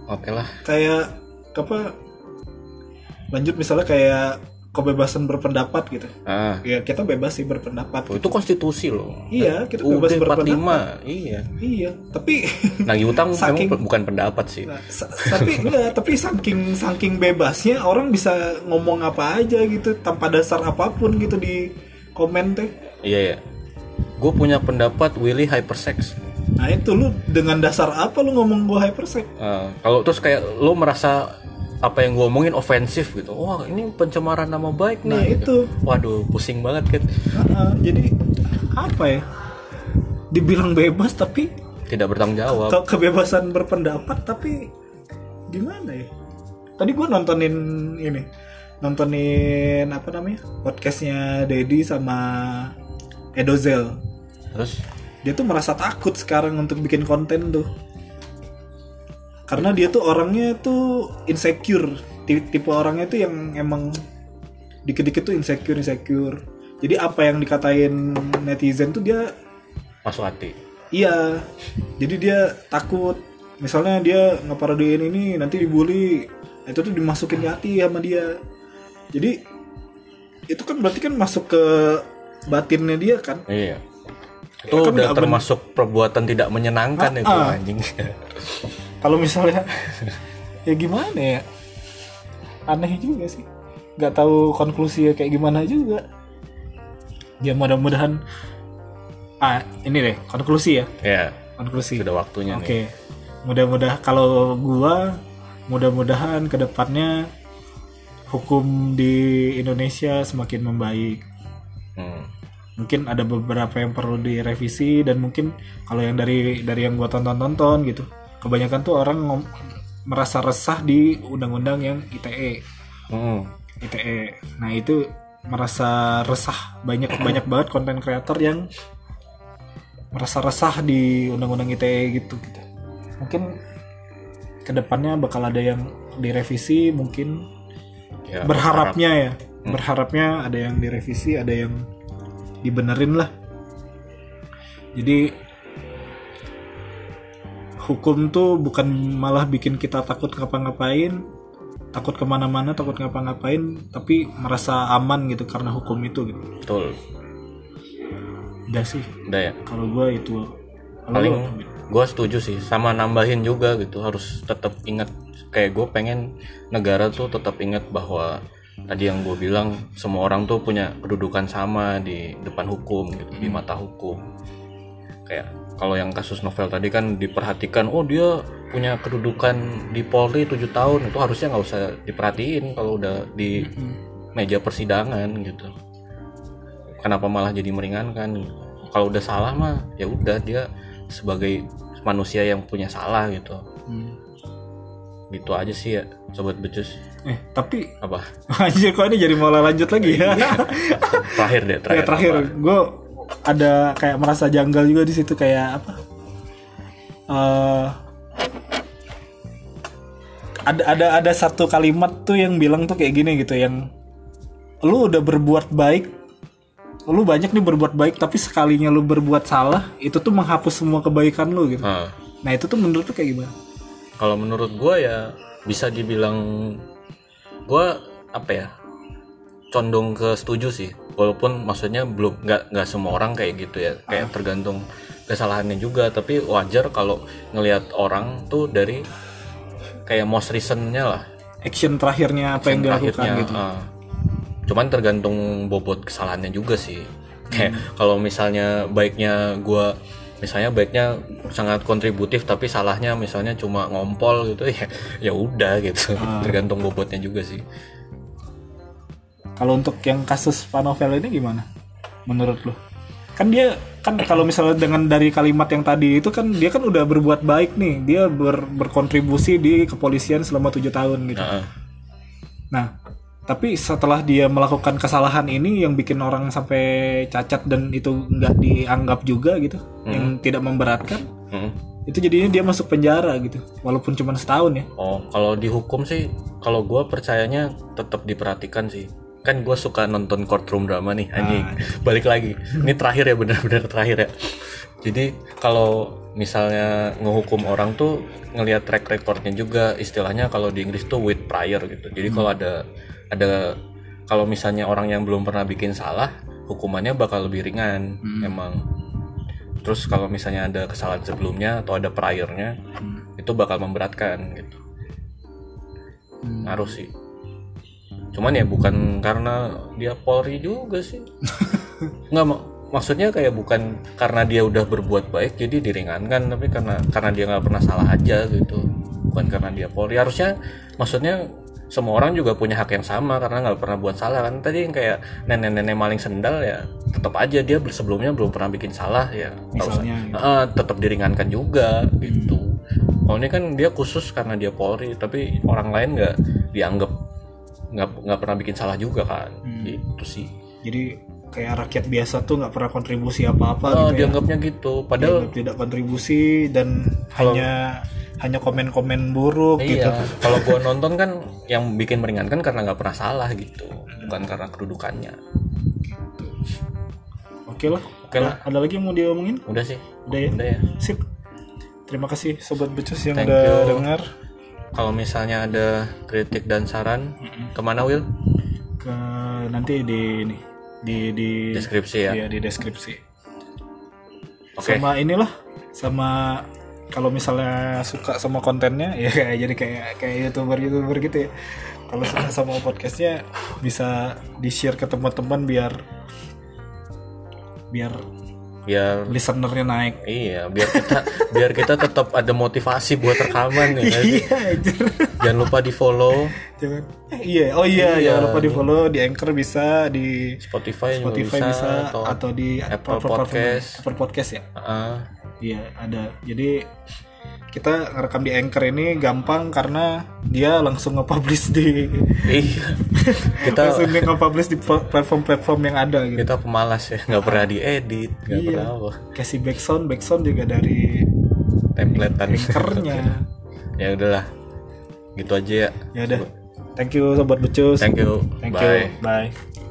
Oke lah. Kayak apa? Lanjut misalnya kayak kebebasan berpendapat gitu. Ya kita bebas sih berpendapat. Itu konstitusi loh. Iya, kita bebas berpendapat. Iya. Tapi nagih utang saking, memang bukan pendapat sih. Tapi saking bebasnya orang bisa ngomong apa aja gitu tanpa dasar apapun gitu di komen teh. Iya. Gue punya pendapat Willy hypersex. Nah itu lu dengan dasar apa lu ngomong gue hypersex? Kalau terus kayak lu merasa apa yang gue omongin ofensif gitu, wah ini pencemaran nama baik nih. Nah gitu. Itu waduh pusing banget kan. Jadi apa ya, dibilang bebas tapi tidak bertanggung jawab. Kebebasan berpendapat tapi gimana ya. Tadi gue nontonin apa namanya, podcastnya Deddy sama Edozel. Terus dia tuh merasa takut sekarang untuk bikin konten tuh. Karena dia tuh orangnya tuh insecure, tipe orangnya tuh yang emang dikit-dikit tuh insecure. Jadi apa yang dikatain netizen tuh dia masuk hati. Iya, jadi dia takut. Misalnya dia ngeparodiin ini nanti dibully, itu tuh dimasukin ke hati sama dia. Jadi itu kan berarti kan masuk ke batinnya dia kan. Iya. Itu kan udah termasuk perbuatan tidak menyenangkan itu anjing. Kalau misalnya ya gimana ya, aneh juga sih, nggak tahu konklusinya kayak gimana juga. Ya mudah-mudahan ini deh konklusi ya. Iya. Konklusi. Sudah waktunya nih. Oke. Mudah-mudahan kalau mudah-mudahan kedepannya hukum di Indonesia semakin membaik. Mungkin ada beberapa yang perlu direvisi dan mungkin kalau yang dari yang gua tonton gitu. Kebanyakan tuh orang merasa resah di undang-undang yang ITE. ITE. Nah itu merasa resah, banyak banget konten kreator yang merasa resah di undang-undang ITE gitu. Mungkin kedepannya bakal ada yang direvisi, mungkin ya, berharapnya ada yang direvisi, ada yang dibenerin lah. Jadi hukum tuh bukan malah bikin kita takut ngapa-ngapain, takut kemana-mana, takut ngapa-ngapain, tapi merasa aman gitu karena hukum itu gitu. Betul. Udah sih. Udah ya. Kalau gue itu. Paling gue setuju sih, sama nambahin juga gitu, harus tetap ingat, kayak gue pengen negara tuh tetap ingat bahwa tadi yang gue bilang, semua orang tuh punya kedudukan sama di depan hukum gitu, di mata hukum. Kayak kalau yang kasus novel tadi kan diperhatikan, oh dia punya kedudukan di Polri 7 tahun, itu harusnya nggak usah diperhatiin kalau udah di meja persidangan gitu. Kenapa malah jadi meringankan? Kalau udah salah mah ya udah, dia sebagai manusia yang punya salah gitu. Gitu aja sih ya sobat becus. Tapi apa? Anjir kok ini jadi mau lanjut lagi ya? Terakhir. Gue ada kayak merasa janggal juga di situ, kayak apa? Ada satu kalimat tuh yang bilang tuh kayak gini gitu, yang lu udah berbuat baik, lu banyak nih berbuat baik, tapi sekalinya lu berbuat salah itu tuh menghapus semua kebaikan lu gitu. Nah itu tuh menurut lu kayak gimana? Kalau menurut gue ya bisa dibilang gue condong ke setuju sih, walaupun maksudnya belum nggak semua orang kayak gitu ya, kayak tergantung kesalahannya juga. Tapi wajar kalau ngelihat orang tuh dari kayak most recentnya lah, action terakhirnya apa yang dilakukan gitu. Cuman tergantung bobot kesalahannya juga sih. Kayak kalau misalnya baiknya sangat kontributif tapi salahnya misalnya cuma ngompol gitu, ya udah gitu. Tergantung bobotnya juga sih. Kalau untuk yang kasus Pak Novel ini gimana menurut lo? Kan dia kan kalau misalnya dengan dari kalimat yang tadi itu kan dia kan udah berbuat baik nih, dia berkontribusi di kepolisian selama 7 tahun gitu. Nah, tapi setelah dia melakukan kesalahan ini yang bikin orang sampai cacat dan itu nggak dianggap juga gitu, yang tidak memberatkan, itu jadinya dia masuk penjara gitu, walaupun cuma setahun ya. Kalau dihukum sih, kalau gue percayanya tetap diperhatikan sih. Kan gue suka nonton courtroom drama nih, anjing. Balik lagi, ini terakhir ya, benar-benar terakhir ya. Jadi kalau misalnya ngehukum orang tuh ngelihat track recordnya juga, istilahnya kalau di Inggris tuh with prior gitu. Jadi kalau ada kalau misalnya orang yang belum pernah bikin salah, hukumannya bakal lebih ringan emang. Terus kalau misalnya ada kesalahan sebelumnya atau ada priornya, itu bakal memberatkan gitu. Ngaruh sih. Cuman ya bukan karena dia Polri juga sih. Nggak, maksudnya kayak bukan karena dia udah berbuat baik jadi diringankan, tapi karena dia nggak pernah salah aja gitu, bukan karena dia Polri. Harusnya maksudnya semua orang juga punya hak yang sama karena nggak pernah buat salah kan. Tadi yang kayak nenek-nenek maling sendal ya tetap aja dia sebelumnya belum pernah bikin salah ya, misalnya tetap diringankan juga gitu. Kalau ini kan dia khusus karena dia Polri, tapi orang lain nggak dianggap nggak pernah bikin salah juga kan. Gitu sih. Jadi kayak rakyat biasa tuh nggak pernah kontribusi apa-apa gitu dianggapnya gitu, padahal tidak kontribusi dan hanya komen-komen buruk gitu. Kalau gua nonton kan yang bikin meringankan karena nggak pernah salah gitu, bukan karena kedudukannya gitu. Oke lah. Ada lagi yang mau diomongin? Udah sih. Udah ya. Sip. Terima kasih Sobat Becus yang Thank udah you. dengar. Kalau misalnya ada kritik dan saran, kemana Will? Ke nanti di deskripsi ya. Iya, di deskripsi. Okay. Sama inilah, sama kalau misalnya suka sama kontennya ya jadi kayak YouTuber gitu ya. Kalau suka sama podcastnya bisa di-share ke teman-teman biar listenernya naik. Iya, biar kita tetap ada motivasi buat rekaman ya. Jangan lupa di-follow. Jangan lupa di-follow di Anchor, bisa di Spotify bisa atau di Apple Podcast ya. Iya, ada. Jadi kita ngerekam di Anchor ini gampang karena dia langsung nge-publish di kita langsung nge-publish di platform-platform yang ada gitu. Kita pemalas ya, nggak pernah diedit, nggak pernah apa. Kasih backsound juga dari templatean Anchor-nya. Ya udahlah, gitu aja ya. Ya udah. Thank you Sobat Becus. Thank you. Bye.